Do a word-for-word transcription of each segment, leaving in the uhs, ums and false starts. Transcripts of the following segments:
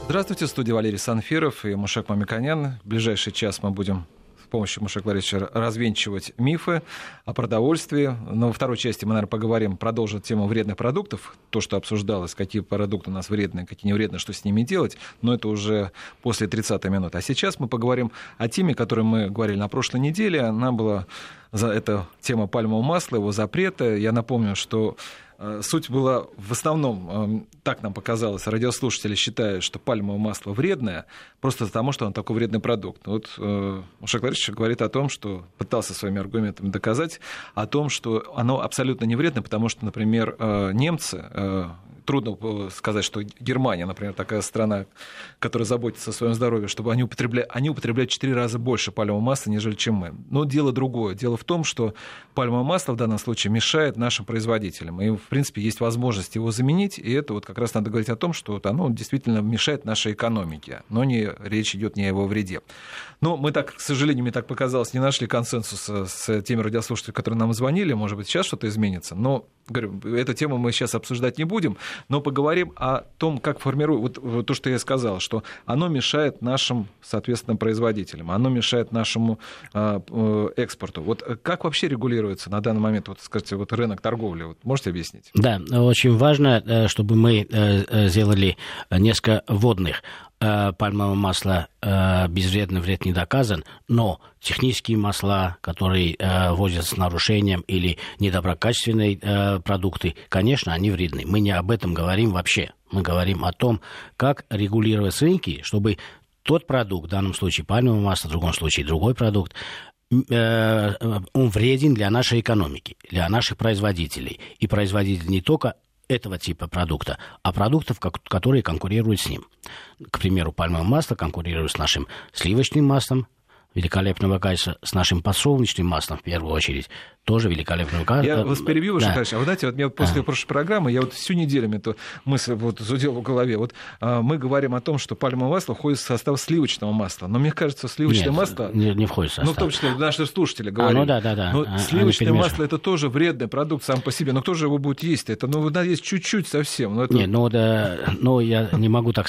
Здравствуйте, в студии Валерий Санфиров и Мушек Мамиканян. В ближайший час мы будем с помощью Мушека Валерьевича развенчивать мифы о продовольствии. Но во второй части мы, наверное, поговорим, продолжим тему вредных продуктов. То, что обсуждалось, какие продукты у нас вредные, какие не вредные, что с ними делать. Но это уже после тридцатой минуты. А сейчас мы поговорим о теме, о которой мы говорили на прошлой неделе. Она была... Это тема пальмового масла, его запрета. Я напомню, что суть была в основном, так нам показалось, радиослушатели считают, что пальмовое масло вредное, просто потому, что он такой вредный продукт. Вот Мушек Валерьевич говорит о том, что пытался своими аргументами доказать, о том, что оно абсолютно не вредно, потому что, например, немцы... Трудно сказать, что Германия, например, такая страна, которая заботится о своем здоровье, чтобы они употребляют, они употребляют в четыре раза больше пальмового масла, нежели чем мы. Но дело другое. Дело в том, что пальмовое масло в данном случае мешает нашим производителям. И, в принципе, есть возможность его заменить. И это вот как раз надо говорить о том, что вот оно действительно мешает нашей экономике. Но не, речь идет не о его вреде. Но мы так, к сожалению, мне так показалось, не нашли консенсуса с теми радиослушателями, которые нам звонили. Может быть, сейчас что-то изменится. Но, говорю, эту тему мы сейчас обсуждать не будем. Но поговорим о том, как формирует, вот то, что я сказал, что оно мешает нашим, соответственно, производителям, оно мешает нашему э, экспорту. Вот как вообще регулируется на данный момент, вот, скажите, вот рынок торговли? Вот можете объяснить? Да, очень важно, чтобы мы сделали несколько вводных. Пальмовое масло безвредно, вред не доказан, но технические масла, которые возятся с нарушением, или недоброкачественные продукты, конечно, они вредны. Мы не об этом говорим вообще. Мы говорим о том, как регулировать рынки, чтобы тот продукт, в данном случае пальмовое масло, в другом случае другой продукт, он вреден для нашей экономики, для наших производителей. И производитель не только этого типа продукта, а продуктов, которые конкурируют с ним. К примеру, пальмовое масло конкурирует с нашим сливочным маслом великолепного качества, с нашим подсолнечным маслом, в первую очередь, тоже великолепного качества. Я вас перебью, да. Конечно. А вы знаете, вот мне после а. прошлой программы, я вот всю неделю мне эту мысль вот зудела в голове. Вот а, мы говорим о том, что пальмовое масло входит в состав сливочного масла. Но мне кажется, сливочное Нет, масло... Не, не входит в состав. Ну, в том числе наши слушатели говорят. А, ну да, да, да. Но а, сливочное масло — это тоже вредный продукт сам по себе. Но кто же его будет есть? Это, ну, надо есть чуть-чуть совсем. Но это... Нет, ну, да, ну, я не могу так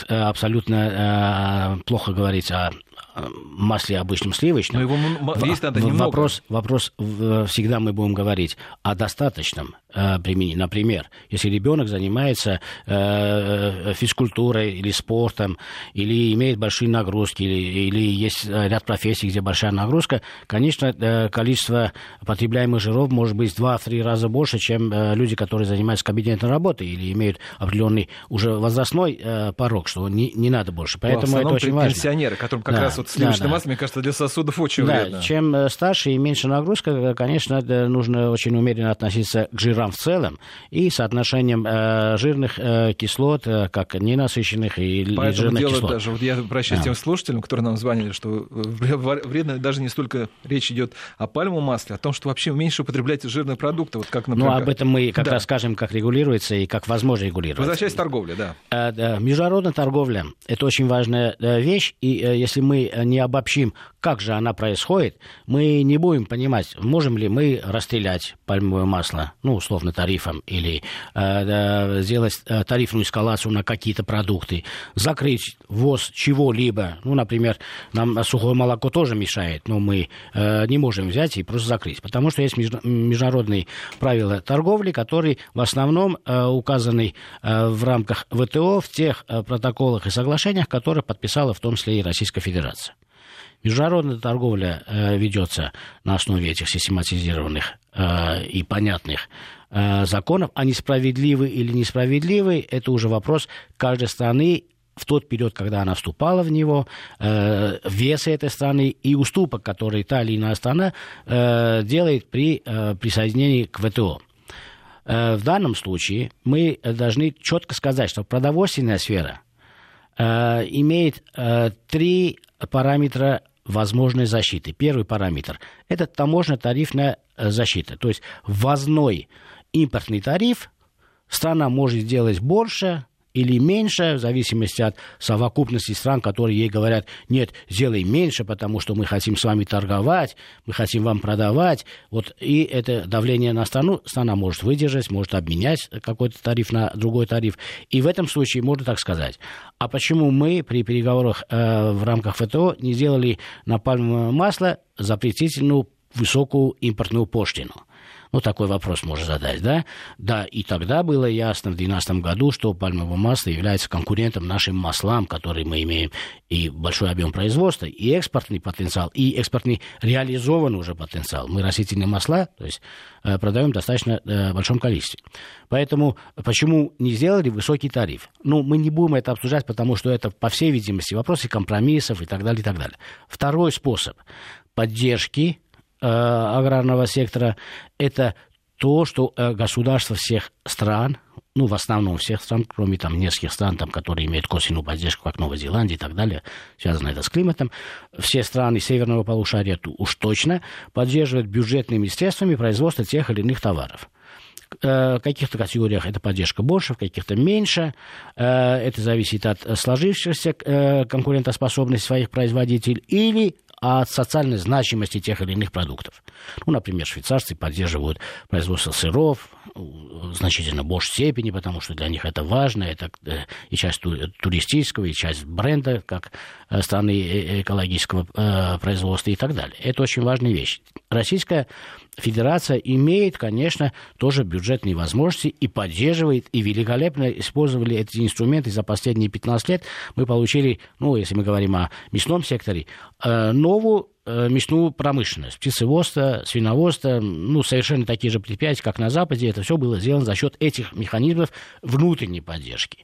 абсолютно плохо говорить о масле обычном сливочном. Но его есть надо немного. Вопрос, вопрос всегда мы будем говорить о достаточном э, применении. Например, если ребенок занимается э, физкультурой или спортом, или имеет большие нагрузки, или, или есть ряд профессий, где большая нагрузка, конечно, э, количество потребляемых жиров может быть в два-три раза больше, чем э, люди, которые занимаются кабинетной работой или имеют определенный уже возрастной э, порог, что не, не надо больше. Поэтому это очень важно. Пенсионеры, которым как да, раз вот сливочное да, масло, да. мне кажется, для сосудов очень да, вредно. Чем старше и меньше нагрузка, конечно, нужно очень умеренно относиться к жирам в целом и соотношением э, жирных э, кислот, э, как ненасыщенных и Поэтому жирных дело кислот. Даже, вот я обращаюсь к тем слушателям, которые нам звонили, что вредно даже не столько речь идет о пальмовом масле, а о том, что вообще меньше употребляйте жирные продукты. Вот как, например, ну, об этом мы как да. раз скажем, как регулируется и как возможно регулировать. Возвращаясь к торговле, да. Э, да. Международная торговля – это очень важная э, вещь, и э, если мы не обобщим, как же она происходит, мы не будем понимать, можем ли мы расстрелять пальмовое масло, ну, условно, тарифом, или э, сделать э, тарифную эскалацию на какие-то продукты, закрыть ввоз чего-либо. Ну, например, нам сухое молоко тоже мешает, но мы э, не можем взять и просто закрыть, потому что есть международные правила торговли, которые в основном э, указаны э, в рамках вэ тэ о, в тех э, протоколах и соглашениях, которые подписала в том числе и Российская Федерация. Международная торговля э, ведется на основе этих систематизированных э, и понятных э, законов. Они справедливы или несправедливы, это уже вопрос каждой страны в тот период, когда она вступала в него, э, веса этой страны и уступок, которые та или иная страна э, делает при э, присоединении к вэ тэ о. Э, в данном случае мы должны четко сказать, что продовольственная сфера э, имеет э, три параметра возможной защиты. Первый параметр – это таможенно-тарифная защита. То есть ввозной импортный тариф страна может сделать больше или меньше, в зависимости от совокупности стран, которые ей говорят, нет, сделай меньше, потому что мы хотим с вами торговать, мы хотим вам продавать. Вот, и это давление на страну страна может выдержать, может обменять какой-то тариф на другой тариф. И в этом случае можно так сказать. А почему мы при переговорах э, в рамках ФТО не сделали на пальмовое масло запретительную высокую импортную пошлину? Ну, такой вопрос можно задать, да? Да, и тогда было ясно в две тысячи двенадцатом году, что пальмовое масло является конкурентом нашим маслам, которые мы имеем и большой объем производства, и экспортный потенциал, и экспортный реализованный уже потенциал. Мы растительные масла, то есть э, продаем в достаточно э, большом количестве. Поэтому почему не сделали высокий тариф? Ну, мы не будем это обсуждать, потому что это, по всей видимости, вопросы компромиссов и так далее, и так далее. Второй способ поддержки аграрного сектора — это то, что государства всех стран, ну, в основном всех стран, кроме там нескольких стран, там, которые имеют косвенную поддержку, как Новая Зеландия и так далее, связано это с климатом, все страны северного полушария уж точно поддерживают бюджетными средствами производство тех или иных товаров. В каких-то категориях эта поддержка больше, в каких-то меньше. Это зависит от сложившейся конкурентоспособности своих производителей или от социальной значимости тех или иных продуктов. Ну, например, швейцарцы поддерживают производство сыров в значительно большей степени, потому что для них это важно, это и часть туристического, и часть бренда, как страны экологического производства и так далее. Это очень важная вещь. Российская Федерация имеет, конечно, тоже бюджетные возможности и поддерживает, и великолепно использовали эти инструменты за последние пятнадцать лет. Мы получили, ну, если мы говорим о мясном секторе, новую мясную промышленность, птицеводство, свиноводство, ну, совершенно такие же предприятия, как на Западе. Это все было сделано за счет этих механизмов внутренней поддержки.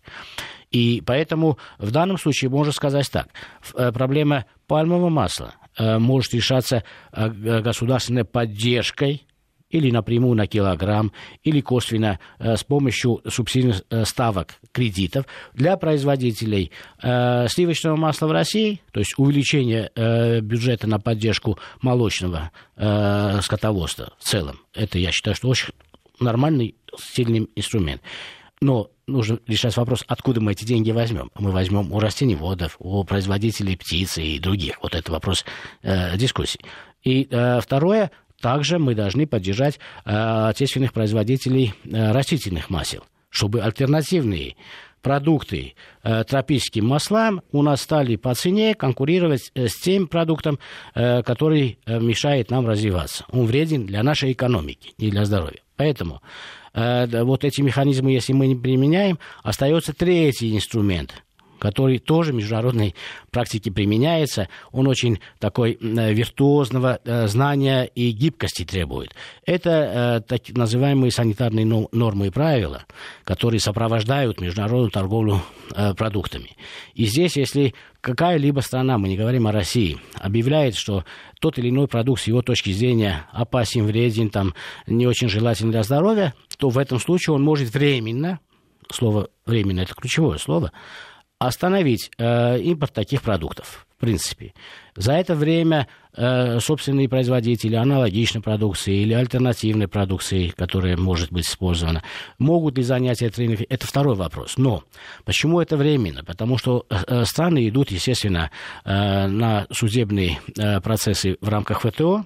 И поэтому в данном случае можно сказать так. Проблема пальмового масла может решаться государственной поддержкой или напрямую на килограмм, или косвенно с помощью субсидийных ставок кредитов для производителей сливочного масла в России, то есть увеличение бюджета на поддержку молочного скотоводства в целом. Это, я считаю, что очень нормальный, сильный инструмент. Но нужно решать вопрос, откуда мы эти деньги возьмем. Мы возьмем у растеневодов, у производителей птицы и других. Вот это вопрос э, дискуссий. И э, второе, также мы должны поддержать э, отечественных производителей э, растительных масел, чтобы альтернативные продукты э, тропическим маслам у нас стали по цене конкурировать э, с тем продуктом, э, который э, мешает нам развиваться. Он вреден для нашей экономики и для здоровья. Поэтому э, вот эти механизмы, если мы не применяем, остается третий инструмент, который тоже в международной практике применяется. Он очень такой э, виртуозного э, знания и гибкости требует. Это э, так называемые санитарные нормы и правила, которые сопровождают международную торговлю э, продуктами. И здесь, если какая-либо страна, мы не говорим о России, объявляет, что тот или иной продукт с его точки зрения опасен, вреден, там, не очень желателен для здоровья, то в этом случае он может временно, слово «временно» — это ключевое слово, остановить э, импорт таких продуктов, в принципе. За это время э, собственные производители аналогичной продукции или альтернативной продукции, которая может быть использована, могут ли занять этот рынок, это второй вопрос. Но почему это временно? Потому что э, страны идут, естественно, э, на судебные э, процессы в рамках ФТО,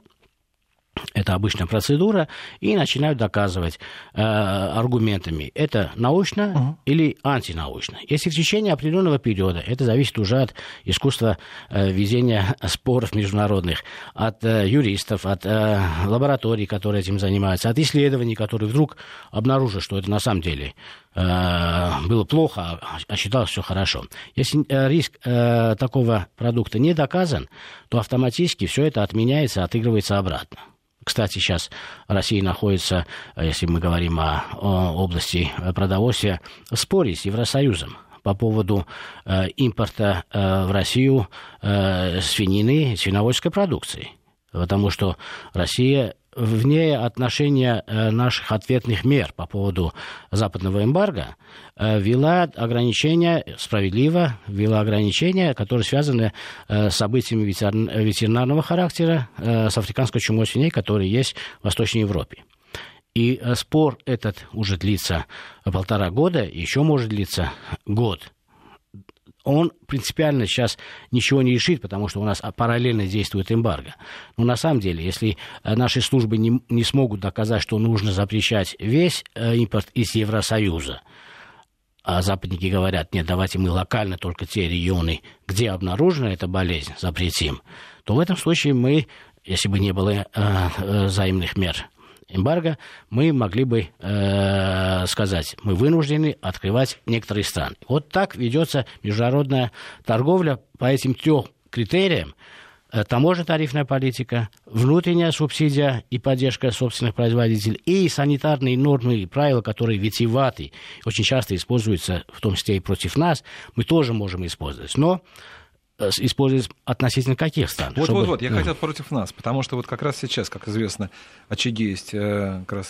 это обычная процедура, и начинают доказывать э, аргументами, это научно uh-huh. или антинаучно. Если в течение определенного периода, это зависит уже от искусства э, ведения споров международных, от э, юристов, от э, лабораторий, которые этим занимаются, от исследований, которые вдруг обнаружат, что это на самом деле э, было плохо, а считалось все хорошо. Если э, риск э, такого продукта не доказан, то автоматически все это отменяется, отыгрывается обратно. Кстати, сейчас Россия находится, если мы говорим о, о области продовольствия, в споре с Евросоюзом по поводу э, импорта э, в Россию э, свинины, свиноводческой продукции. Потому что Россия вне отношения наших ответных мер по поводу западного эмбарго ввела ограничения, справедливо ввела ограничения, которые связаны с событиями ветеринарного характера, с африканской чумой свиней, которые есть в Восточной Европе. И спор этот уже длится полтора года, еще может длиться год. Он принципиально сейчас ничего не решит, потому что у нас параллельно действует эмбарго. Но на самом деле, если наши службы не, не смогут доказать, что нужно запрещать весь импорт из Евросоюза, а западники говорят, нет, давайте мы локально только те регионы, где обнаружена эта болезнь, запретим, то в этом случае мы, если бы не было э, э, взаимных мер эмбарго, мы могли бы э, сказать, мы вынуждены открывать некоторые страны. Вот так ведется международная торговля по этим трем критериям. Таможенно-тарифная политика, внутренняя субсидия и поддержка собственных производителей и санитарные нормы и правила, которые витиеваты, очень часто используются, в том числе и против нас, мы тоже можем использовать. Но использовать относительно каких стран? Вот, чтобы... вот, вот, я ну. хотел против нас, потому что вот как раз сейчас, как известно, очаги есть как раз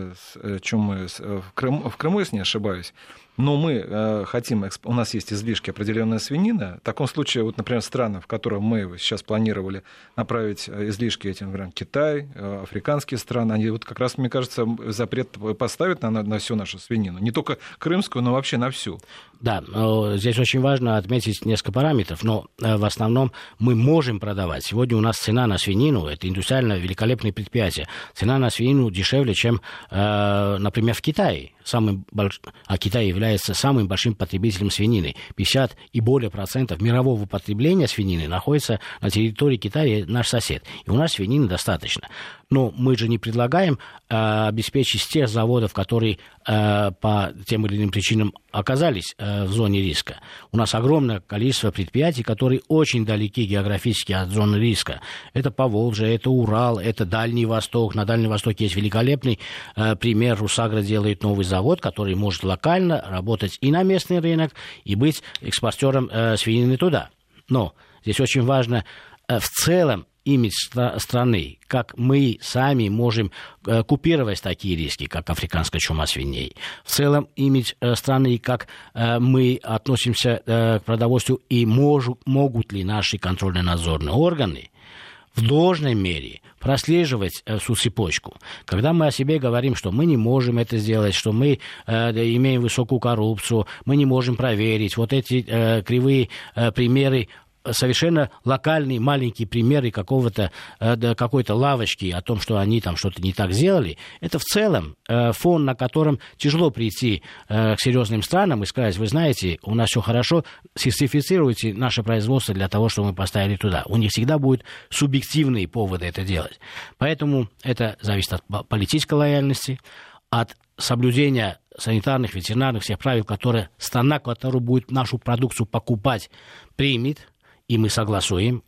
чумы в Крыму, в Крыму, если не ошибаюсь. Но мы э, хотим, у нас есть излишки определенная свинина. В таком случае, вот, например, страны, в которые мы сейчас планировали направить излишки, этим, например, Китай, э, африканские страны, они вот как раз, мне кажется, запрет поставят на, на всю нашу свинину. Не только крымскую, но вообще на всю. Да, здесь очень важно отметить несколько параметров, но в основном мы можем продавать. Сегодня у нас цена на свинину, это индустриально великолепное предприятие, цена на свинину дешевле, чем, например, в Китае. Самым больш... А Китай является самым большим потребителем свинины. пятьдесят и более процентов мирового потребления свинины находится на территории Китая, наш сосед. И у нас свинины достаточно. Но мы же не предлагаем э, обеспечить тех заводов, которые э, по тем или иным причинам оказались э, в зоне риска. У нас огромное количество предприятий, которые очень далеки географически от зоны риска. Это Поволжье, это Урал, это Дальний Восток. На Дальнем Востоке есть великолепный э, пример. Русагра делает новый завод, который может локально работать и на местный рынок, и быть экспортером э, свинины туда. Но здесь очень важно э, в целом имидж страны, как мы сами можем э, купировать такие риски, как африканская чума свиней. В целом имидж э, страны, как э, мы относимся э, к продовольствию и мож, могут ли наши контрольно-надзорные органы в должной мере прослеживать э, всю цепочку. Когда мы о себе говорим, что мы не можем это сделать, что мы э, имеем высокую коррупцию, мы не можем проверить, вот эти э, кривые э, примеры, совершенно локальные маленькие примеры какого-то, э, какой-то лавочки о том, что они там что-то не так сделали, это в целом э, фон, на котором тяжело прийти э, к серьезным странам и сказать, вы знаете, у нас все хорошо, сертифицируйте наше производство для того, чтобы мы поставили туда. У них всегда будут субъективные поводы это делать. Поэтому это зависит от политической лояльности, от соблюдения санитарных, ветеринарных всех правил, которые страна, которая будет нашу продукцию покупать, примет, и мы согласуем.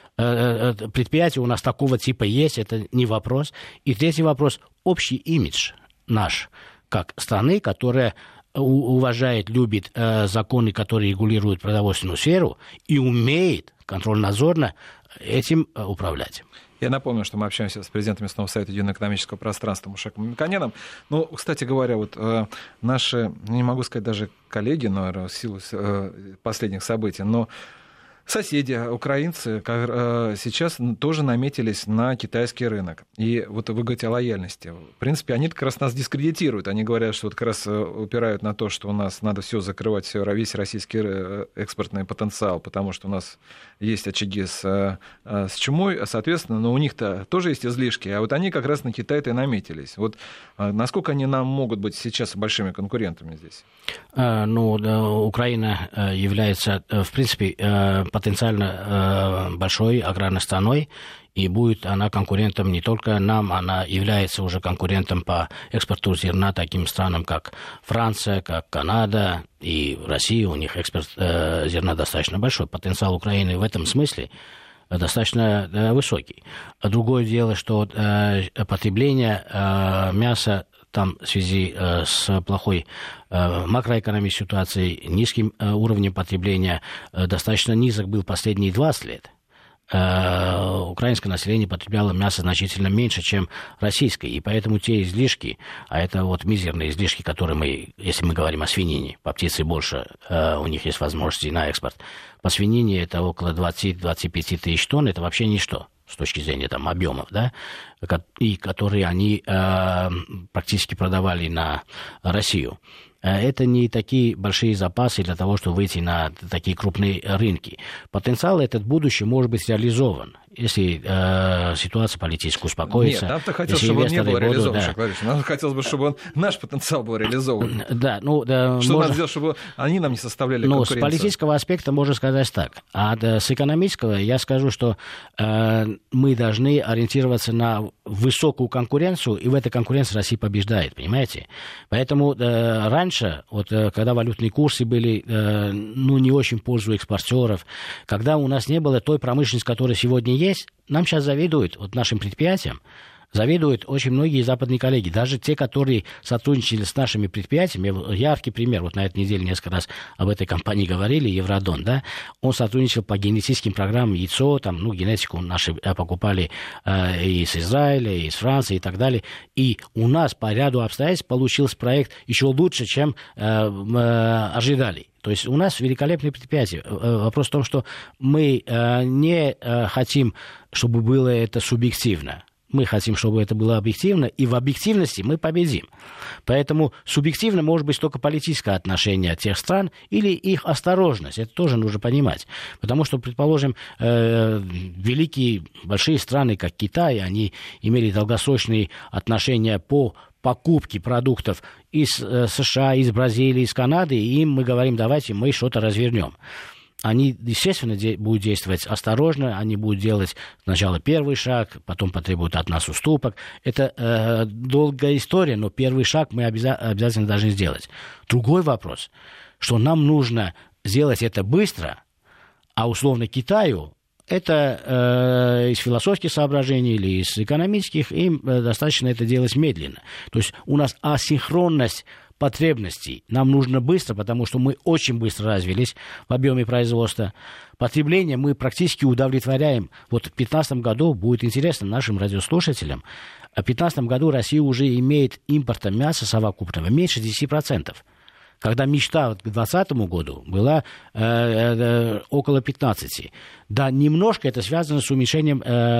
Предприятие у нас такого типа есть, это не вопрос. И третий вопрос – общий имидж наш, как страны, которая уважает, любит законы, которые регулируют продовольственную сферу, и умеет контрольно-надзорно этим управлять. Я напомню, что мы общаемся с президентом Местного совета Единого экономического пространства Мушеком Мамиканяном. Ну, кстати говоря, вот э, наши, не могу сказать даже коллеги, наверное, в силу э, последних событий, но соседи, украинцы, сейчас тоже наметились на китайский рынок. И вот вы говорите о лояльности. В принципе, они как раз нас дискредитируют. Они говорят, что вот как раз упирают на то, что у нас надо все закрывать, все, весь российский экспортный потенциал, потому что у нас есть очаги с, с чумой, соответственно, но у них-то тоже есть излишки, а вот они как раз на Китай-то и наметились. Вот насколько они нам могут быть сейчас большими конкурентами здесь? Ну, Украина является, в принципе, потенциально большой аграрной страной, и будет она конкурентом не только нам, она является уже конкурентом по экспорту зерна таким странам, как Франция, как Канада и Россия. У них экспорт э, зерна достаточно большой. Потенциал Украины в этом смысле достаточно э, высокий. Другое дело, что э, потребление э, мяса там в связи э, с плохой э, макроэкономической ситуацией, низким э, уровнем потребления, э, достаточно низок был последние двадцать лет. Э, украинское население потребляло мясо значительно меньше, чем российское, и поэтому те излишки, а это вот мизерные излишки, которые мы, если мы говорим о свинине, по птице больше, э, у них есть возможности на экспорт, по свинине это около двадцать-двадцать пять тысяч тонн, это вообще ничто. с точки зрения там, объемов, да, и которые они э, практически продавали на Россию. Это не такие большие запасы для того, чтобы выйти на такие крупные рынки. Потенциал этот в будущем может быть реализован, если э, ситуация политически успокоится. Нет, нам-то хотелось, чтобы он не был будут, реализован, да. Шакил Валерьевич. Нам хотелось бы, чтобы он, наш потенциал был реализован. Да, ну, да, что можно... надо сделать, чтобы они нам не составляли ну, конкуренцию? С политического аспекта можно сказать так. А да, с экономического я скажу, что э, мы должны ориентироваться на высокую конкуренцию, и в этой конкуренции Россия побеждает, понимаете? Поэтому э, раньше, вот, э, когда валютные курсы были э, ну, не очень в пользу экспортеров, когда у нас не было той промышленности, которая сегодня есть, нам сейчас завидуют, вот нашим предприятиям, завидуют очень многие западные коллеги, даже те, которые сотрудничали с нашими предприятиями. Яркий пример, вот на этой неделе несколько раз об этой компании говорили, Евродон, да, он сотрудничал по генетическим программам яйцо, там, ну, генетику наши покупали э, и с Израиля, и с Франции, и так далее, и у нас по ряду обстоятельств получился проект еще лучше, чем э, э, ожидали. То есть у нас великолепные предприятия. Вопрос в том, что мы э, не э, хотим, чтобы было это субъективно. Мы хотим, чтобы это было объективно, и в объективности мы победим. Поэтому субъективно может быть только политическое отношение тех стран или их осторожность. Это тоже нужно понимать. Потому что, предположим, э, великие, большие страны, как Китай, они имели долгосрочные отношения по покупке продуктов из э, США, из Бразилии, из Канады, и им мы говорим, давайте мы что-то развернем. Они, естественно, де- будут действовать осторожно, они будут делать сначала первый шаг, потом потребуют от нас уступок. Это э, долгая история, но первый шаг мы обяза- обязательно должны сделать. Другой вопрос, что нам нужно сделать это быстро, а условно Китаю это э, из философских соображений или из экономических, им э, достаточно это делать медленно. То есть у нас асинхронность потребностей. Нам нужно быстро, потому что мы очень быстро развились в объеме производства. Потребление мы практически удовлетворяем. Вот в две тысячи пятнадцатом году будет интересно нашим радиослушателям. В две тысячи пятнадцатом году Россия уже имеет импорта мяса совокупного меньше десять процентов. Когда мечта к двадцать двадцатому году была э, э, около пятнадцати. Да, немножко это связано с уменьшением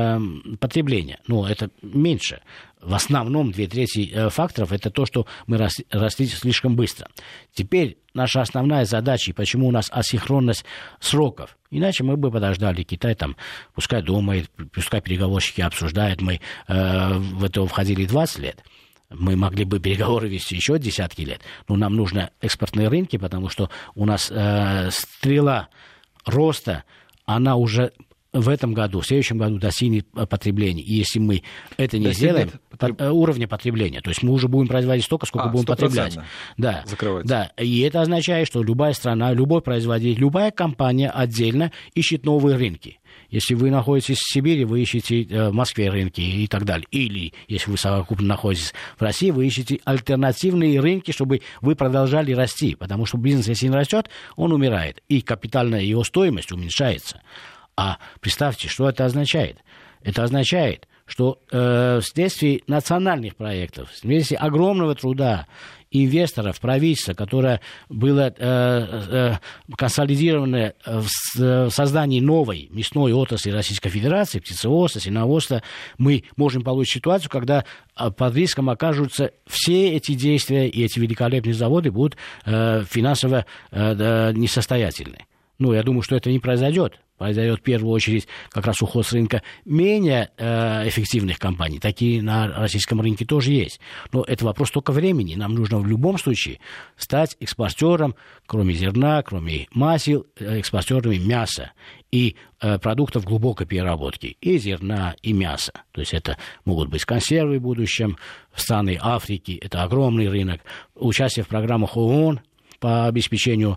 э, потребления. Но это меньше. В основном две трети э, факторов это то, что мы росли, росли слишком быстро. Теперь наша основная задача, и почему у нас асинхронность сроков. Иначе мы бы подождали. Китай там пускай думает, пускай переговорщики обсуждают. Мы э, в это входили двадцать лет. Мы могли бы переговоры вести еще десятки лет, но нам нужны экспортные рынки, потому что у нас э, стрела роста, она уже в этом году, в следующем году достигнет потребления. И если мы это не сделаем, потреб... уровня потребления, то есть мы уже будем производить столько, сколько а, будем потреблять. Да, да. И это означает, что любая страна, любой производитель, любая компания отдельно ищет новые рынки. Если вы находитесь в Сибири, вы ищете в Москве рынки и так далее. Или, если вы совокупно находитесь в России, вы ищете альтернативные рынки, чтобы вы продолжали расти. Потому что бизнес, если не растет, он умирает. И капитальная его стоимость уменьшается. А представьте, что это означает? Это означает, что э, вследствие национальных проектов, вследствие огромного труда инвесторов, правительства, которое было э, э, консолидировано в, в создании новой мясной отрасли Российской Федерации, птицеводства, свиноводства, мы можем получить ситуацию, когда под риском окажутся все эти действия, и эти великолепные заводы будут э, финансово э, несостоятельны. Ну, я думаю, что это не произойдет. Произойдет в первую очередь как раз уход с рынка менее э, эффективных компаний. Такие на российском рынке тоже есть. Но это вопрос только времени. Нам нужно в любом случае стать экспортером, кроме зерна, кроме масел, экспортерами мяса и э, продуктов глубокой переработки. И зерна, и мяса. То есть это могут быть консервы в будущем, страны Африки. Это огромный рынок. Участие в программах ООН по обеспечению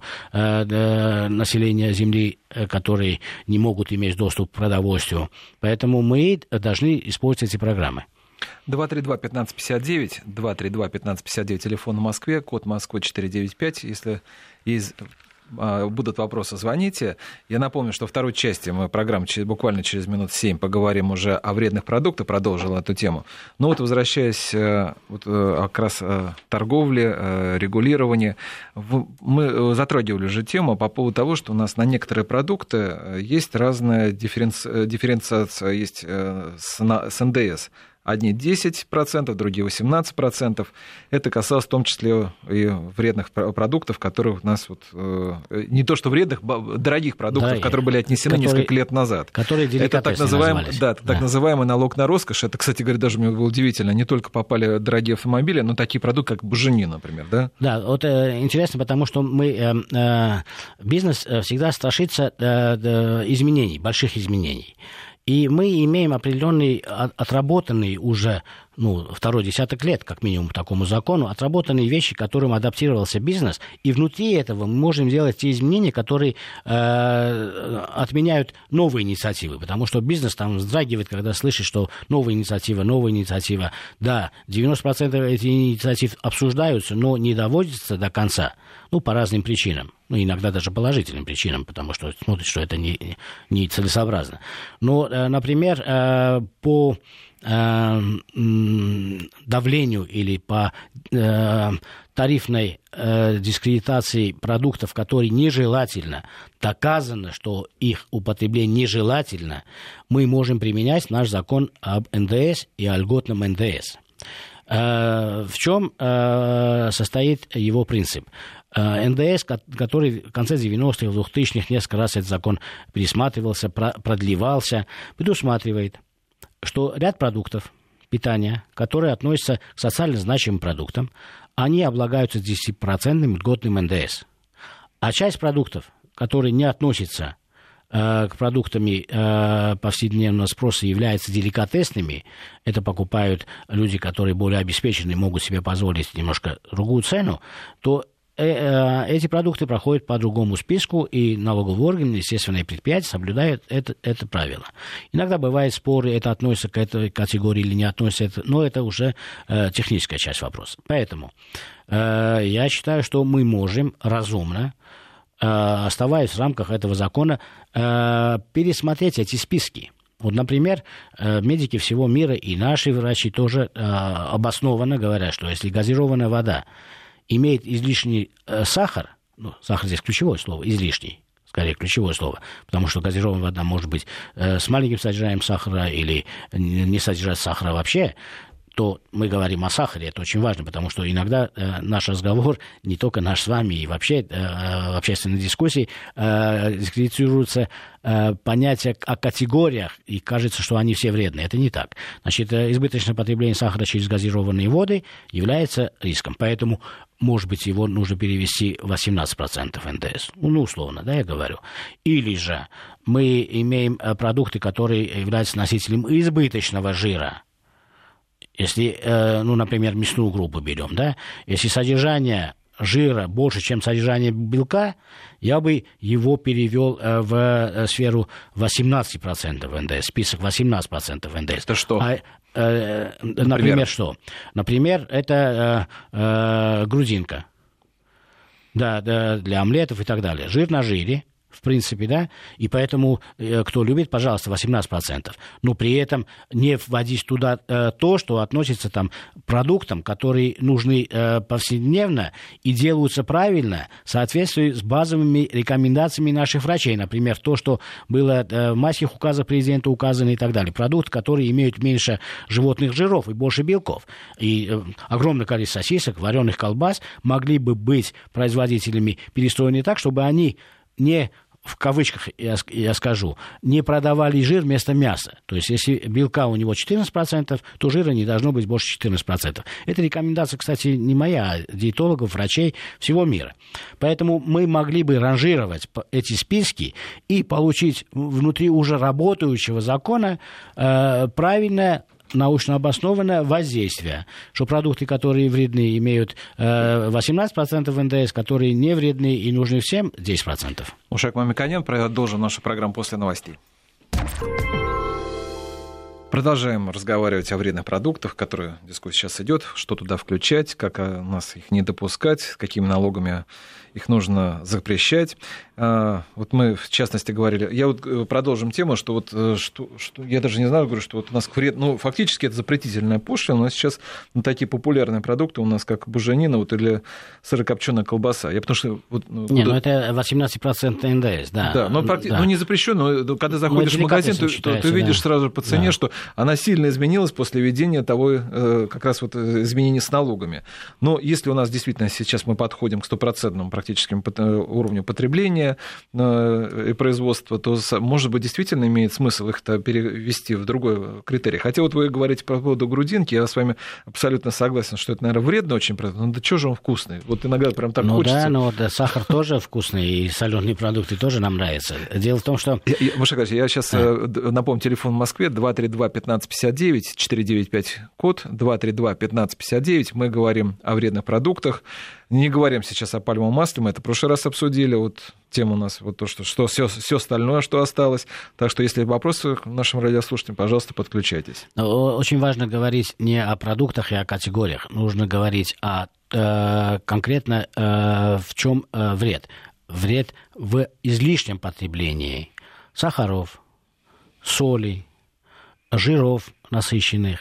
э, населения Земли, э, которые не могут иметь доступ к продовольствию. Поэтому мы должны использовать эти программы. два три два пятнадцать пятьдесят девять, два три два пятнадцать пятьдесят девять, телефон в Москве, код Москвы четыреста девяносто пять. Если есть будут вопросы, звоните. Я напомню, что во второй части мы программы буквально через минут семь поговорим уже о вредных продуктах, продолжил эту тему. Но вот возвращаясь вот, как раз о торговле, регулировании, мы затрагивали уже тему по поводу того, что у нас на некоторые продукты есть разная дифференци... дифференциация, есть с эн дэ эс. Одни десять процентов, другие восемнадцать процентов. Это касалось в том числе и вредных продуктов, которые у нас вот, не то что вредных, дорогих продуктов, дорогие, которые были отнесены которые, несколько лет назад. Которые это так называемый, да, да. так называемый налог на роскошь. Это, кстати говоря, даже мне было удивительно. Не только попали дорогие автомобили, но такие продукты, как буженина, например. Да, да, вот э, интересно, потому что мы, э, э, бизнес всегда страшится э, э, изменений, больших изменений. И мы имеем определенный, отработанный уже, ну, второй десяток лет, как минимум, такому закону, отработанные вещи, к которым адаптировался бизнес. И внутри этого мы можем делать те изменения, которые э, отменяют новые инициативы. Потому что бизнес там вздрагивает, когда слышит, что новая инициатива, новая инициатива. Да, девяносто процентов этих инициатив обсуждаются, но не доводятся до конца. Ну, по разным причинам. Ну, иногда даже положительным причинам, потому что смотрят, что это не, не целесообразно. Но, например, по давлению или по тарифной дискредитации продуктов, которые нежелательно, доказано, что их употребление нежелательно, мы можем применять наш закон об эн дэ эс и о льготном эн дэ эс. В чем состоит его принцип? эн дэ эс, который в конце девяностых, двухтысячных несколько раз этот закон пересматривался, продлевался, предусматривает, что ряд продуктов питания, которые относятся к социально значимым продуктам, они облагаются десятипроцентным льготным эн дэ эс. А часть продуктов, которые не относятся к продуктам повседневного спроса, являются деликатесными, это покупают люди, которые более обеспечены, могут себе позволить немножко другую цену, то эти продукты проходят по другому списку, и налоговый орган, естественные предприятия соблюдают это, это правило. Иногда бывают споры, это относится к этой категории или не относится, но это уже э, техническая часть вопроса. Поэтому э, я считаю, что мы можем разумно, э, оставаясь в рамках этого закона, э, пересмотреть эти списки. Вот, например, медики всего мира и наши врачи тоже э, обоснованно говорят, что если газированная вода имеет излишний э, сахар, ну, сахар здесь ключевое слово, излишний, скорее ключевое слово, потому что газированная вода может быть э, с маленьким содержанием сахара или не содержать сахара вообще, то мы говорим о сахаре, это очень важно, потому что иногда э, наш разговор, не только наш с вами, и вообще э, в общественной дискуссии э, дискредитируется э, понятие о категориях, и кажется, что они все вредные. Это не так. Значит, избыточное потребление сахара через газированные воды является риском, поэтому, может быть, его нужно перевести в восемнадцать процентов эн дэ эс. Ну, условно, да, я говорю. Или же мы имеем продукты, которые являются носителем избыточного жира. Если, ну, например, мясную группу берем, да, если содержание жира больше, чем содержание белка, я бы его перевел в сферу восемнадцать процентов эн дэ эс, список восемнадцать процентов эн дэ эс. Это что? А, э, например? например, что? Например, это э, э, грудинка, да, да, для омлетов и так далее. Жир на жире. В принципе, да, и поэтому, кто любит, пожалуйста, восемнадцать процентов. Но при этом не вводить туда э, то, что относится там, к продуктам, которые нужны э, повседневно и делаются правильно в соответствии с базовыми рекомендациями наших врачей. Например, то, что было э, в майских указах президента указано и так далее. Продукты, которые имеют меньше животных жиров и больше белков. И э, огромное количество сосисок, вареных колбас могли бы быть производителями перестроены так, чтобы они не, в кавычках я, я скажу, не продавали жир вместо мяса. То есть, если белка у него четырнадцать процентов, то жира не должно быть больше четырнадцать процентов. Это рекомендация, кстати, не моя, а диетологов, врачей всего мира. Поэтому мы могли бы ранжировать эти списки и получить внутри уже работающего закона э, правильное научно обоснованное воздействие, что продукты, которые вредны, имеют э, восемнадцать процентов эн дэ эс, которые не вредны и нужны всем, десять процентов. Ушак Мамиканян, продолжим нашу программу после новостей. Продолжаем разговаривать о вредных продуктах, которые дискуссия сейчас идет, что туда включать, как у нас их не допускать, с какими налогами их нужно запрещать. Вот мы, в частности, говорили... Я вот продолжим тему, что вот... Что, что, я даже не знаю, говорю, что вот у нас вред... Ну, фактически это запретительная пошлина, но сейчас ну, такие популярные продукты у нас, как буженина вот, или сырокопченая колбаса. Я потому что... Вот, ну, не, куда... ну это восемнадцать процентов эн дэ эс, да. Да, но практи... да. Ну, не запрещено, но когда заходишь в магазин, ты, то, ты видишь да. сразу по цене, да. что она сильно изменилась после введения того, как раз вот изменений с налогами. Но если у нас действительно сейчас мы подходим к стопроцентному практически уровню потребления и производства, то, может быть, действительно имеет смысл их-то перевести в другой критерий. Хотя вот вы говорите по поводу грудинки, я с вами абсолютно согласен, что это, наверное, вредно очень продукт, но да что же он вкусный? Вот иногда прям так ну хочется. Да, но да, сахар тоже вкусный, и соленые продукты тоже нам нравятся. Дело в том, что... Маша Николаевна, я сейчас а. напомню, телефон в Москве два три два пятнадцать пятьдесят девять, четыре девять пять код, два три два пятнадцать пятьдесят девять. Мы говорим о вредных продуктах. Не говорим сейчас о пальмовом масле, мы это в прошлый раз обсудили, вот тема у нас, вот то, что, что все, все остальное, что осталось. Так что, если вопросы к нашим радиослушателям, пожалуйста, подключайтесь. Очень важно говорить не о продуктах и о категориях, нужно говорить о, э, конкретно э, в чем э, вред. Вред в излишнем потреблении сахаров, соли, жиров насыщенных.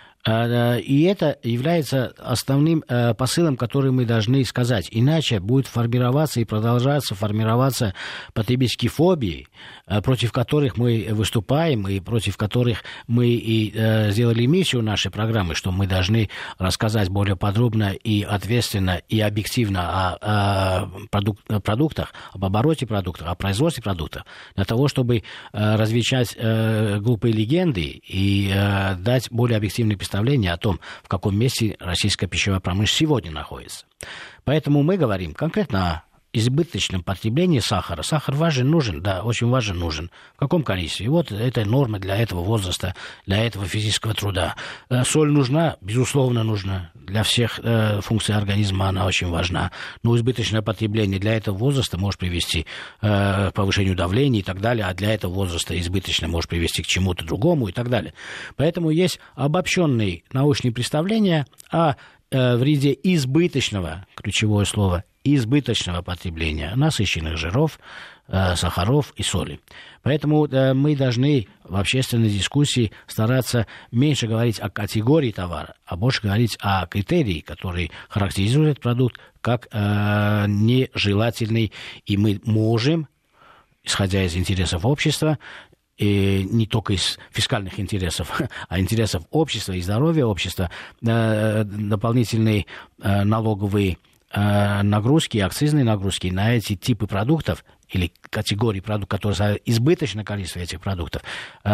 И это является основным посылом, который мы должны сказать. Иначе будет формироваться и продолжаться формироваться потребительские фобии, против которых мы выступаем и против которых мы и сделали миссию нашей программы, что мы должны рассказать более подробно и ответственно и объективно о продуктах, об обороте продуктов, о производстве продуктов, для того, чтобы развенчать глупые легенды и дать более объективные представления о том, в каком месте российская пищевая промышленность сегодня находится. Поэтому мы говорим конкретно о избыточном потреблении сахара. Сахар важен, нужен, да, очень важен, нужен. В каком количестве? И вот это норма для этого возраста, для этого физического труда. Соль нужна? Безусловно, нужна. Для всех э, функций организма она очень важна. Но избыточное потребление для этого возраста может привести э, к повышению давления и так далее, а для этого возраста избыточно может привести к чему-то другому и так далее. Поэтому есть обобщенные научные представления о э, вреде избыточного, ключевое слово, избыточного потребления насыщенных жиров, э, сахаров и соли. Поэтому э, мы должны в общественной дискуссии стараться меньше говорить о категории товара, а больше говорить о критерии, которые характеризуют этот продукт как э, нежелательный. И мы можем, исходя из интересов общества, и не только из фискальных интересов, а интересов общества и здоровья общества, э, дополнительные э, налоговые нагрузки, акцизные нагрузки на эти типы продуктов или категории продуктов, которые избыточное количество этих продуктов,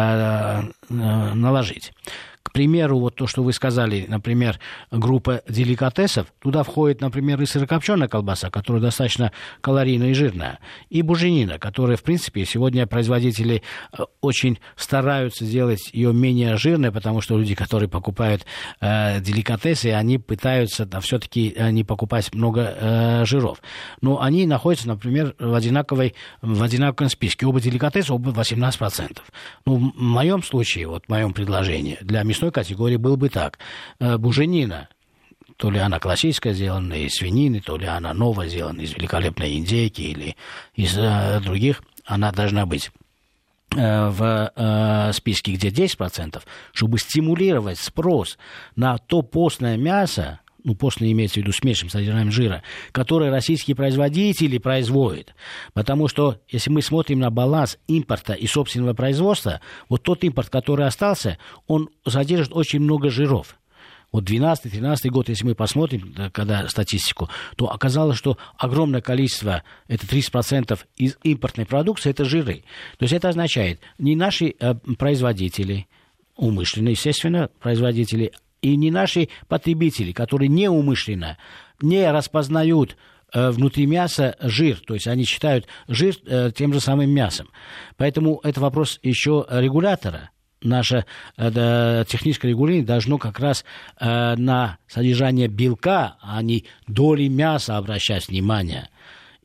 наложить. К примеру, вот то, что вы сказали, например, группа деликатесов, туда входит, например, и сырокопченая колбаса, которая достаточно калорийная и жирная, и буженина, которая, в принципе, сегодня производители очень стараются сделать ее менее жирной, потому что люди, которые покупают э, деликатесы, они пытаются да, все-таки не покупать много э, жиров. Но они находятся, например, в, одинаковой, в одинаковом списке. Оба деликатеса, оба восемнадцать процентов. Ну, в моем случае, вот в моем предложении, для мясной категории был бы так. Буженина, то ли она классическая сделана из свинины, то ли она новая сделана из великолепной индейки или из э, других, она должна быть э, в э, списке, где десять процентов, чтобы стимулировать спрос на то постное мясо, ну, постное имеется в виду с меньшим содержанием жира, которые российские производители производят. Потому что, если мы смотрим на баланс импорта и собственного производства, вот тот импорт, который остался, он содержит очень много жиров. Вот двенадцатый-тринадцатый год, если мы посмотрим, когда статистику, то оказалось, что огромное количество, это тридцать процентов из импортной продукции, это жиры. То есть это означает, не наши э, производители, умышленно, естественно, производители, и не наши потребители, которые неумышленно не распознают э, внутри мяса жир, то есть они считают жир э, тем же самым мясом. Поэтому это вопрос еще регулятора. Наше э, техническое регулирование должно как раз э, на содержание белка, а не доли мяса обращать внимание.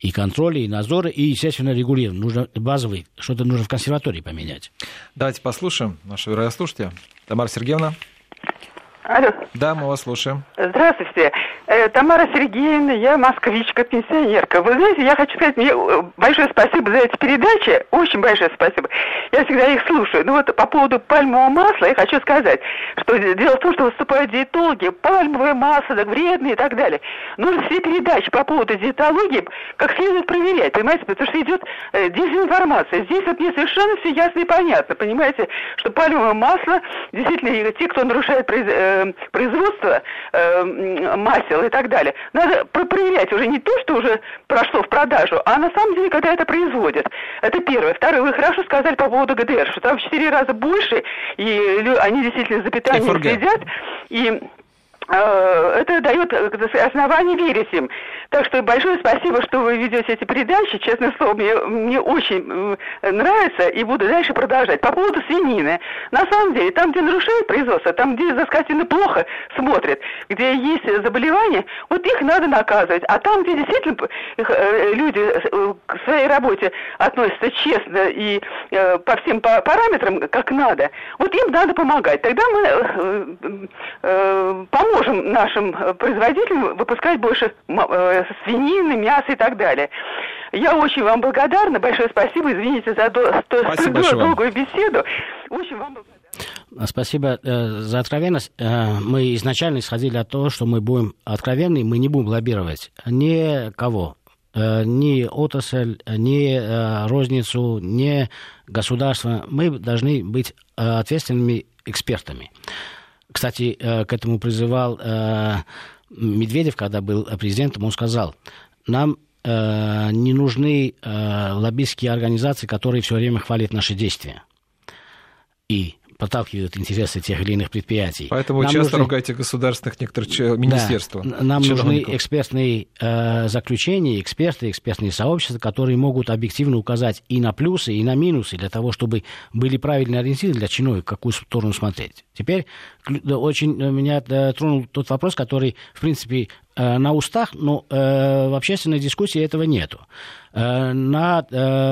И контроль, и надзор, и, естественно, регулирование. Нужно базовый, что-то нужно в консерватории поменять. Давайте послушаем нашего радиослушателя. Тамара Сергеевна. Алло. Да, мы вас слушаем. Здравствуйте. Тамара Сергеевна, я москвичка, пенсионерка. Вы знаете, я хочу сказать, мне большое спасибо за эти передачи, очень большое спасибо. Я всегда их слушаю. Ну вот по поводу пальмового масла я хочу сказать, что дело в том, что выступают диетологи, пальмовое масло вредное и так далее. Нужно все передачи по поводу диетологии как следует проверять, понимаете, потому что идет дезинформация. Здесь вот мне совершенно все ясно и понятно, понимаете, что пальмовое масло, действительно, те, кто нарушает производство масел и так далее. Надо проверять уже не то, что уже прошло в продажу, а на самом деле, когда это производят. Это первое. Второе, вы хорошо сказали по поводу ГДР, что там в четыре раза больше, и они действительно за питанием следят, и это дает основание верить им. Так что большое спасибо, что вы ведете эти передачи. Честное слово, мне, мне очень нравится и буду дальше продолжать. По поводу свинины. На самом деле, там, где нарушают производство, там, где за скотиной плохо смотрят, где есть заболевания, вот их надо наказывать. А там, где действительно люди к своей работе относятся честно и по всем параметрам, как надо, вот им надо помогать. Тогда мы поможем нашим производителям выпускать больше свинины, мяса и так далее. Я очень вам благодарна. Большое спасибо. Извините за до... долгую беседу. Очень вам благодарна. Спасибо э, за откровенность. Э, мы изначально исходили от того, что мы будем откровенны, мы не будем лоббировать ни кого. Э, ни отрасль, ни э, розницу, ни государство. Мы должны быть э, ответственными экспертами. Кстати, э, к этому призывал э, Медведев, когда был президентом, он сказал, нам э, не нужны э, лоббистские организации, которые все время хвалят наши действия и подталкивают интересы тех или иных предприятий. Поэтому вы нам часто нужны... ругаете государственных некоторых министерств. Да, нам нужны экспертные э, заключения, эксперты, экспертные сообщества, которые могут объективно указать и на плюсы, и на минусы, для того, чтобы были правильные ориентиры для чиновников, в какую сторону смотреть. Теперь очень меня тронул тот вопрос, который, в принципе, на устах, но в общественной дискуссии этого нету. На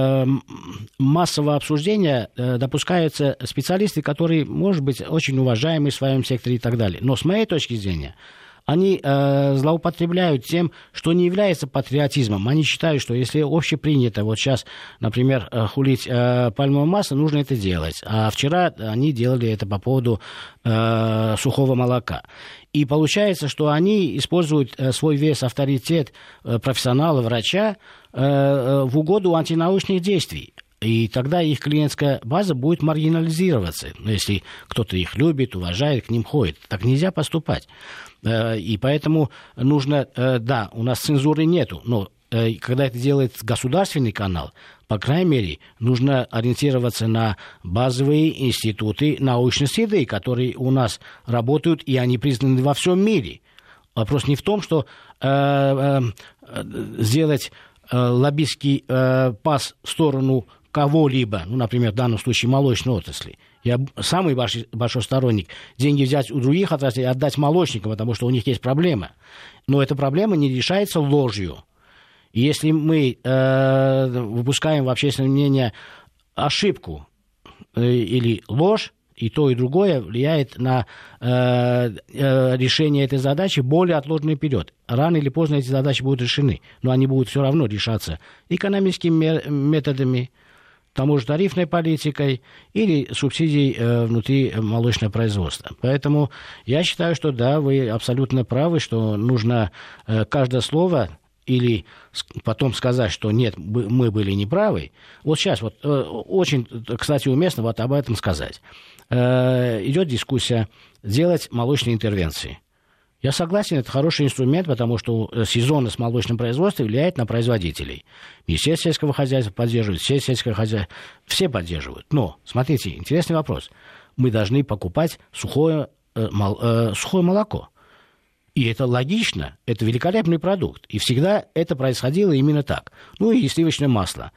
массовое обсуждение допускаются специалисты, которые, может быть, очень уважаемы в своем секторе и так далее. Но с моей точки зрения, они э, злоупотребляют тем, что не является патриотизмом. Они считают, что если общепринято, вот сейчас, например, хулить э, пальмовое масло, нужно это делать. А вчера они делали это по поводу э, сухого молока. И получается, что они используют э, свой вес, авторитет э, профессионала, врача э, в угоду антинаучных действий. И тогда их клиентская база будет маргинализироваться. Если кто-то их любит, уважает, к ним ходит. Так нельзя поступать. И поэтому нужно... Да, у нас цензуры нету, но когда это делает государственный канал, по крайней мере, нужно ориентироваться на базовые институты научной среды, которые у нас работают, и они признаны во всем мире. Вопрос не в том, что э, э, сделать э, лоббистский э, пас в сторону кого-либо, ну, например, в данном случае молочной отрасли. Я самый большой, большой сторонник деньги взять у других отраслей и отдать молочникам, потому что у них есть проблемы. Но эта проблема не решается ложью. И если мы э, выпускаем в общественное мнение ошибку э, или ложь, и то, и другое влияет на э, э, решение этой задачи более отложенный период. Рано или поздно эти задачи будут решены, но они будут все равно решаться экономическими методами, тому же тарифной политикой или субсидией э, внутри молочного производства. Поэтому я считаю, что да, вы абсолютно правы, что нужно э, каждое слово или потом сказать, что нет, мы были неправы. Вот сейчас вот э, очень, кстати, уместно вот об этом сказать. Э, идет дискуссия сделать молочные интервенции. Я согласен, это хороший инструмент, потому что сезонность в молочном производстве влияет на производителей. Министерство сельского хозяйства поддерживает, все сельское хозяйство, все поддерживают. Но, смотрите, интересный вопрос. Мы должны покупать сухое, э, мол, э, сухое молоко. И это логично, это великолепный продукт. И всегда это происходило именно так. Ну и сливочное масло.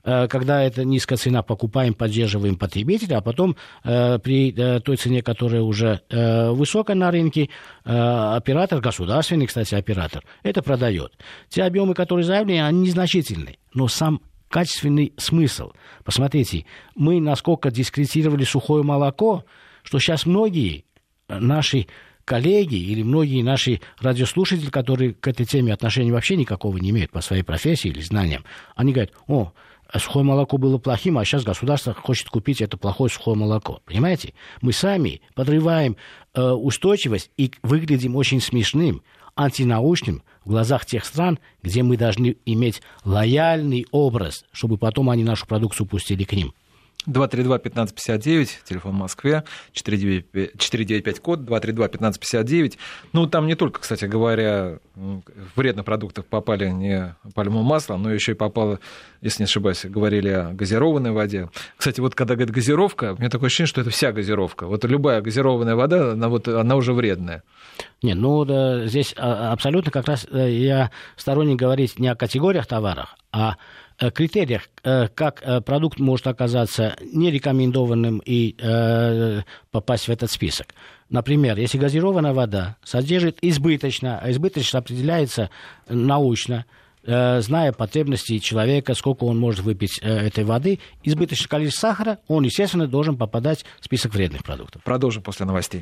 когда это низкая цена, покупаем, поддерживаем потребителя, а потом при той цене, которая уже высокая на рынке, оператор, государственный, кстати, оператор, это продает. Те объемы, которые заявлены, они незначительны, но сам качественный смысл. Посмотрите, мы насколько дискредитировали сухое молоко, что сейчас многие наши коллеги или многие наши радиослушатели, которые к этой теме отношения вообще никакого не имеют по своей профессии или знаниям, они говорят: о, сухое молоко было плохим, а сейчас государство хочет купить это плохое сухое молоко. Понимаете? Мы сами подрываем э, устойчивость и выглядим очень смешным, антинаучным в глазах тех стран, где мы должны иметь лояльный образ, чтобы потом они нашу продукцию пустили к ним. два три два пятнадцать пятьдесят девять, телефон в Москве, четыре девять пять код, два три два пятнадцать пятьдесят девять. Ну, там не только, кстати говоря, в вредных продуктах попали не пальмовое масло, но еще и попало, если не ошибаюсь, говорили о газированной воде. Кстати, вот когда говорят газировка, у меня такое ощущение, что это вся газировка. Вот любая газированная вода, она, вот, она уже вредная. Не, ну, да, здесь абсолютно как раз я сторонник говорить не о категориях товаров, а критериях, как продукт может оказаться нерекомендованным и э, попасть в этот список. Например, если газированная вода содержит избыточно, а избыточно определяется научно, э, зная потребности человека, сколько он может выпить э, этой воды, избыточное количество сахара, он, естественно, должен попадать в список вредных продуктов. Продолжим после новостей.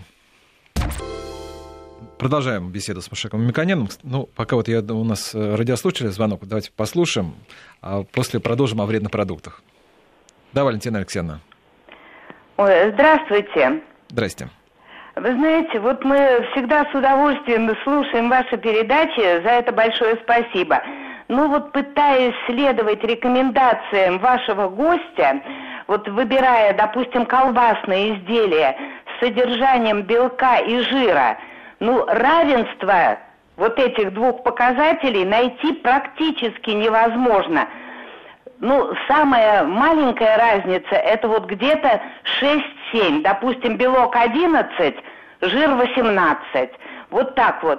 Продолжаем беседу с Мушеком Мамиканяном. Ну, пока вот я, у нас радиослушатель звонок, давайте послушаем, а после продолжим о вредных продуктах. Да, Валентина Алексеевна. Ой, здравствуйте. Здрасте. Вы знаете, вот мы всегда с удовольствием слушаем ваши передачи, за это большое спасибо. Ну вот пытаясь следовать рекомендациям вашего гостя, вот выбирая, допустим, колбасные изделия с содержанием белка и жира, ну, равенство вот этих двух показателей найти практически невозможно. Ну, самая маленькая разница, это вот где-то шесть-семь. Допустим, белок одиннадцать, жир восемнадцать. Вот так вот.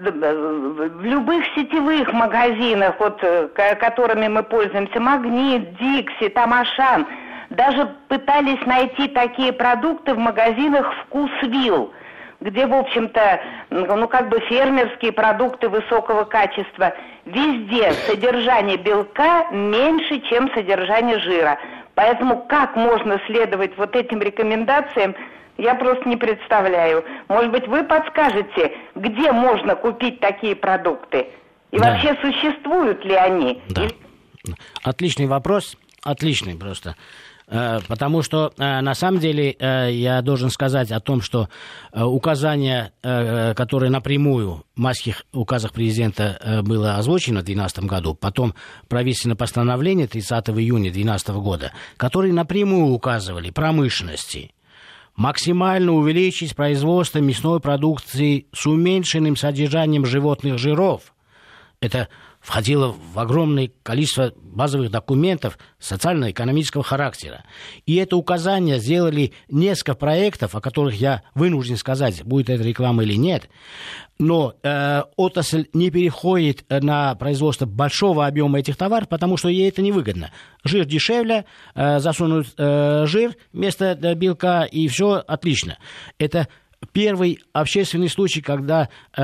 В любых сетевых магазинах, вот, которыми мы пользуемся, Магнит, Дикси, там Ашан, даже пытались найти такие продукты в магазинах Вкусвилл, где, в общем-то, ну, как бы фермерские продукты высокого качества. Везде содержание белка меньше, чем содержание жира. Поэтому как можно следовать вот этим рекомендациям, я просто не представляю. Может быть, вы подскажете, где можно купить такие продукты? И да. Вообще существуют ли они? Да. И... Отличный вопрос, отличный просто. Потому что, на самом деле, я должен сказать о том, что указание, которое напрямую в майских указах президента было озвучено в две тысячи двенадцатом году, потом правительственное постановление тридцатого июня две тысячи двенадцатого года, которые напрямую указывали промышленности максимально увеличить производство мясной продукции с уменьшенным содержанием животных жиров. Это входило в огромное количество базовых документов социально-экономического характера. И это указание сделали несколько проектов, о которых я вынужден сказать, будет это реклама или нет. Но э, отрасль не переходит на производство большого объема этих товаров, потому что ей это невыгодно. Жир дешевле, э, засунут э, жир вместо белка, и все отлично. Это первый общественный случай, когда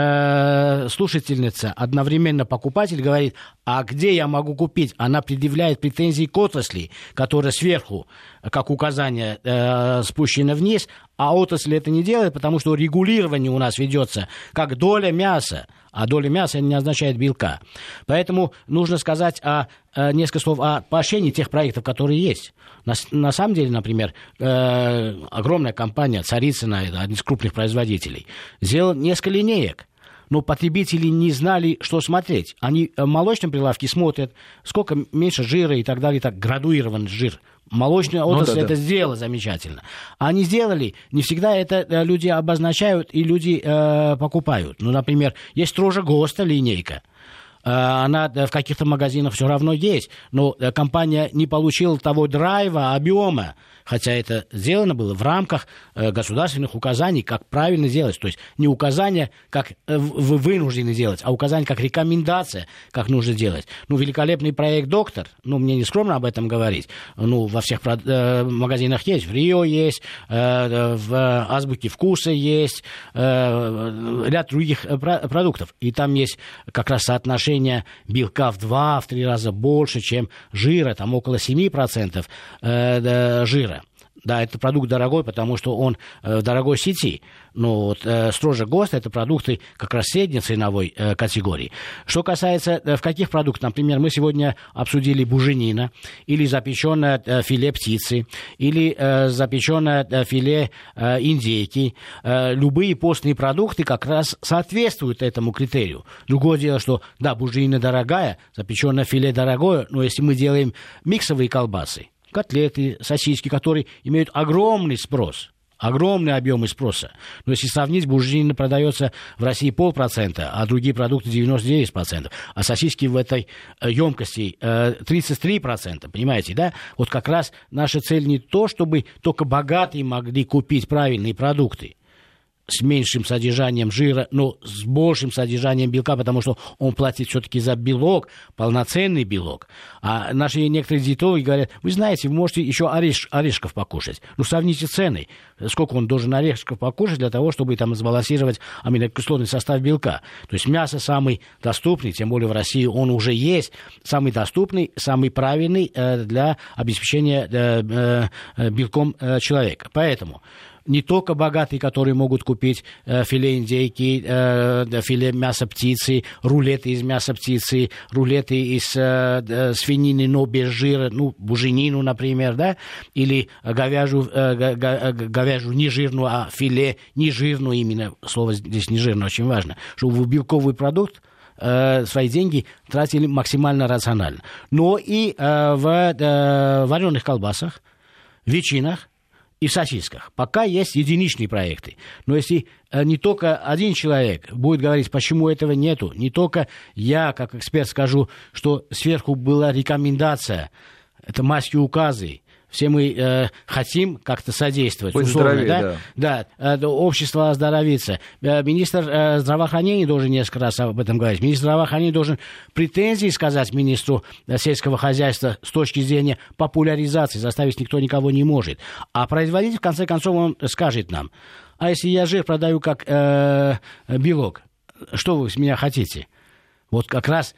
э, слушательница, одновременно покупатель, говорит: а где я могу купить? Она предъявляет претензии к отрасли, которая сверху, как указание, э, спущена вниз, а отрасль это не делает, потому что регулирование у нас ведется как доля мяса, а доля мяса не означает белка. Поэтому нужно сказать о, о, несколько слов о поощрении тех проектов, которые есть. На, на самом деле, например, э, огромная компания Царицына, один из крупных производителей, сделала несколько линеек. Но потребители не знали, что смотреть. Они в молочном прилавке смотрят, сколько меньше жира и так далее, так градуированный жир. Молочная отрасль ну, да, это да. сделала замечательно. А они сделали, не всегда это люди обозначают и люди э, покупают. Ну, например, есть строже ГОСТа линейка. она в каких-то магазинах все равно есть, но компания не получила того драйва, объема, хотя это сделано было в рамках государственных указаний, как правильно делать. То есть не указания, как вы вынуждены делать, а указания как рекомендация, как нужно делать. Ну, великолепный проект «Доктор», ну, мне не скромно об этом говорить, ну, во всех э, магазинах есть, в Рио есть, э, в Азбуке вкуса есть, э, ряд других про- продуктов. И там есть как раз соотношение белка в два, в три раза больше, чем жира, там около семь процентов э, жира. Да, это продукт дорогой, потому что он э, в дорогой сети. Но вот, э, строже ГОСТ — это продукты как раз средней ценовой э, категории. Что касается, э, в каких продуктах, например, мы сегодня обсудили буженина, или запеченное э, филе птицы, или э, запеченное э, филе э, индейки. Э, любые постные продукты как раз соответствуют этому критерию. Другое дело, что, да, буженина дорогая, запеченное филе дорогое, но если мы делаем миксовые колбасы, котлеты, сосиски, которые имеют огромный спрос, огромные объемы спроса. Но если сравнить, буженина продается в России полпроцента, а другие продукты девяносто девять процентов. А сосиски в этой емкости тридцать три процента, понимаете, да? Вот как раз наша цель не то, чтобы только богатые могли купить правильные продукты с меньшим содержанием жира, но с большим содержанием белка, потому что он платит все-таки за белок, полноценный белок. А наши некоторые диетологи говорят, вы знаете, вы можете еще ореш, орешков покушать. Ну, сравните цены, сколько он должен орешков покушать для того, чтобы там сбалансировать аминокислотный состав белка. То есть мясо самый доступный, тем более в России он уже есть, самый доступный, самый правильный э, для обеспечения э, э, белком э, человека. Поэтому не только богатые, которые могут купить э, филе индейки, э, филе мяса птицы, рулеты из мяса птицы, рулеты из э, э, свинины, но без жира, ну, буженину, например, да, или говяжью, э, говяжью нежирную, а филе нежирную, именно слово здесь нежирное очень важно, чтобы в белковый продукт э, свои деньги тратили максимально рационально. Но и э, в э, вареных колбасах, ветчинах и в сосисках. Пока есть единичные проекты. Но если э, не только один человек будет говорить, почему этого нету, не только я, как эксперт, скажу, что сверху была рекомендация, это маски указы, все мы э, хотим как-то содействовать. Будь условно, здоровее, да? Да, да э, общество оздоровится. Э, министр э, здравоохранения должен несколько раз об этом говорить. Министр здравоохранения должен претензии сказать министру э, сельского хозяйства с точки зрения популяризации. Заставить никто никого не может. А производитель, в конце концов, он скажет нам, а если я жир продаю как э, белок, что вы с меня хотите? Вот как раз...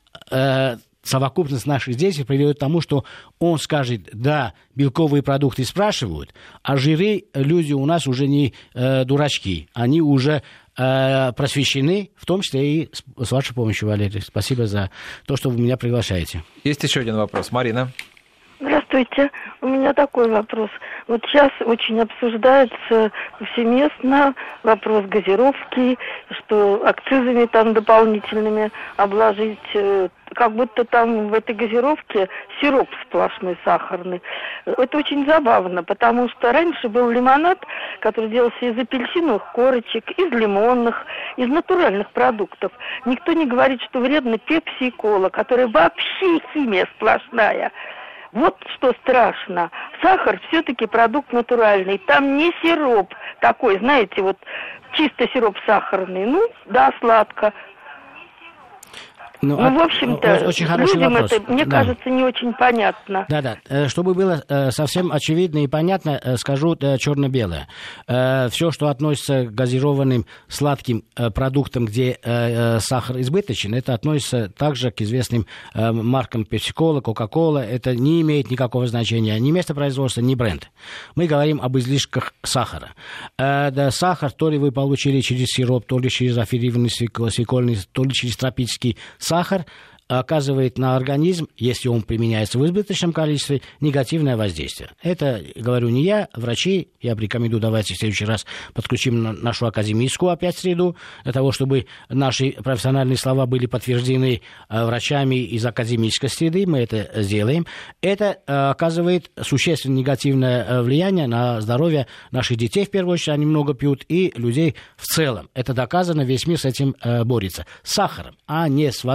Э, совокупность наших действий приведет к тому, что он скажет, да, белковые продукты спрашивают, а жиры люди у нас уже не э, дурачки, они уже э, просвещены, в том числе и с, с вашей помощью, Валерий. Спасибо за то, что вы меня приглашаете. Есть еще один вопрос. Марина. Здравствуйте. У меня такой вопрос. Вот сейчас очень обсуждается повсеместно вопрос газировки, что акцизами там дополнительными обложить. Как будто там в этой газировке сироп сплошной сахарный. Это очень забавно, потому что раньше был лимонад, который делался из апельсиновых корочек, из лимонных, из натуральных продуктов. Никто не говорит, что вредно пепси и кола, которая вообще химия сплошная. Вот что страшно. Сахар все-таки продукт натуральный. Там не сироп такой, знаете, вот чисто сироп сахарный. Ну, да, сладко. Ну, ну, в общем-то, очень людям вопрос. Это, мне да. кажется, не очень понятно. Да-да. Чтобы было совсем очевидно и понятно, скажу черно-белое. Все, что относится к газированным сладким продуктам, где сахар избыточен, это относится также к известным маркам Pepsi-Cola, Coca-Cola. Это не имеет никакого значения ни место производства, ни бренд. Мы говорим об излишках сахара. Сахар, то ли вы получили через сироп, то ли через аффинированный свекольный, то ли через тропический сахар, оказывает на организм, если он применяется в избыточном количестве, негативное воздействие. Это, говорю, не я, врачи. Я рекомендую, давайте в следующий раз подключим нашу академическую опять среду, для того, чтобы наши профессиональные слова были подтверждены врачами из академической среды. Мы это сделаем. Это оказывает существенно негативное влияние на здоровье наших детей, в первую очередь, они много пьют, и людей в целом. Это доказано, весь мир с этим борется. С сахаром, а не с водой.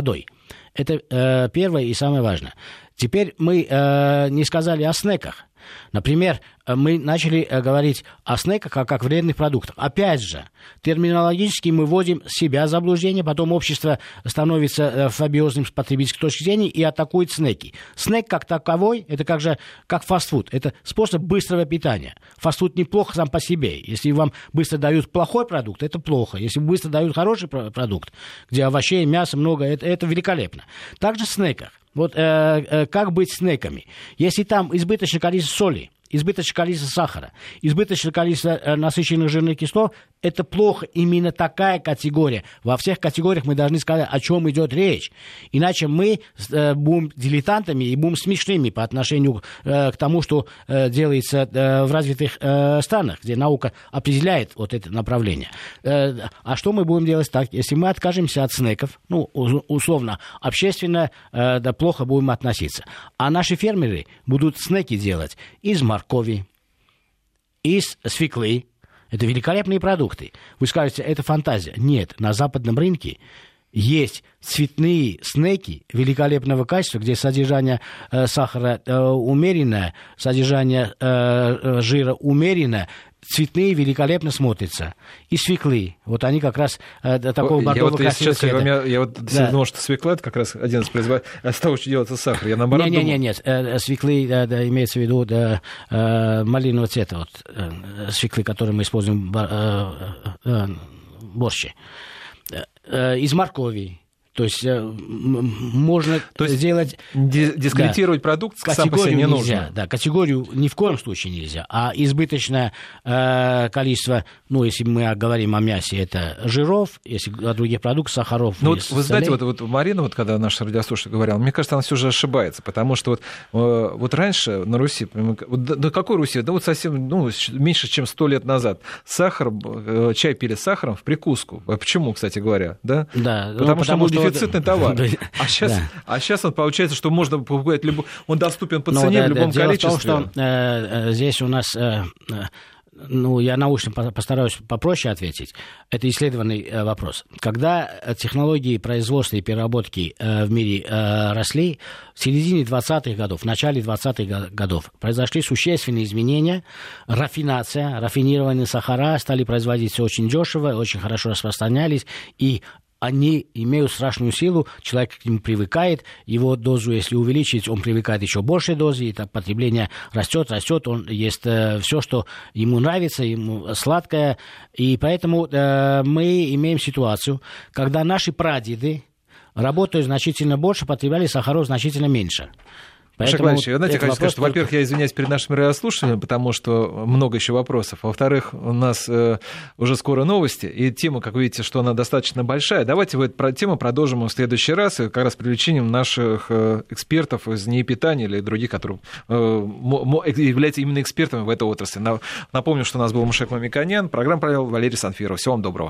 Это э, первое и самое важное. Теперь мы э, не сказали о снеках. Например, мы начали говорить о снеках как о вредных продуктах. Опять же, терминологически мы вводим себя в заблуждение, потом общество становится фобиозным с потребительской точки зрения и атакует снеки. Снек как таковой, это как же как фастфуд, это способ быстрого питания. Фастфуд неплохо сам по себе. Если вам быстро дают плохой продукт, это плохо. Если быстро дают хороший продукт, где овощей, мяса много, это, это великолепно. Также в снеках. Вот э, э, как быть снеками? Если там избыточное количество соли, избыточное количество сахара, избыточное количество э, насыщенных жирных кислот, это плохо. Именно такая категория. Во всех категориях мы должны сказать, о чем идет речь. Иначе мы э, будем дилетантами и будем смешными по отношению э, к тому, что э, делается э, в развитых э, странах, где наука определяет вот это направление. Э, а что мы будем делать так? Если мы откажемся от снеков, ну, условно, общественно э, да, плохо будем относиться. А наши фермеры будут снеки делать из моркови, из свеклы. Это великолепные продукты. Вы скажете, это фантазия. Нет, на западном рынке есть цветные снеки великолепного качества, где содержание э, сахара э, умеренное, содержание э, жира умеренное, цветные великолепно смотрятся. И свеклы. Вот они как раз э, такого бордового красивого цвета. Я, я вот да. думал, что свекла — это как раз один из производителей, с того, что делается сахар. Я наоборот не, думал... Нет, нет, нет. Свеклы, да, да, имеется в виду да, э, малинового цвета. Вот, э, свеклы, которые мы используем в э, э, борще. Э, из моркови. То есть э, можно То есть сделать... Дискредитировать да, продукт сам по себе не нужно. Нельзя, да, категорию ни в коем случае нельзя. А избыточное э, количество, ну, если мы говорим о мясе, это жиров, если о других продуктах, сахаров. Ну, вот, вы знаете, вот, вот Марина, вот, когда наша радиослушатель говорила, мне кажется, она все же ошибается, потому что вот, э, вот раньше на Руси, вот, до какой Руси? Да вот совсем, ну, меньше, чем сто лет назад, сахар, э, чай пили с сахаром в прикуску. Почему, кстати говоря? Да, да потому, ну, что он был дефицитный товар. А сейчас, да. а сейчас он получается, что можно покупать любой, он доступен по цене, ну, да, в любом дело количестве. Дело в том, что э, здесь у нас, э, ну, я научно постараюсь попроще ответить. Это исследованный э, вопрос. Когда технологии производства и переработки э, в мире э, росли, в середине двадцатых годов, в начале двадцатых годов произошли существенные изменения, рафинация, рафинированные сахара стали производиться очень дешево, очень хорошо распространялись, и они имеют страшную силу, человек к ним привыкает, его дозу, если увеличить, он привыкает еще большей дозе, и так потребление растет, растет, он ест э, все, что ему нравится, ему сладкое, и поэтому э, мы имеем ситуацию, когда наши прадеды, работая значительно больше, потребляли сахаров значительно меньше. Поэтому Маша Клавич, знаете, я хочу сказать, что, во-первых, я извиняюсь перед нашими радиослушателями, потому что много еще вопросов. Во-вторых, у нас э, уже скоро новости, и тема, как вы видите, что она достаточно большая. Давайте вы эту тему продолжим в следующий раз, и как раз привлечением наших э, экспертов из НИИ питания или других, которые э, являются именно экспертами в этой отрасли. Напомню, что у нас был Мушек Мамиканян, программу провел Валерий Санфиров. Всего вам доброго.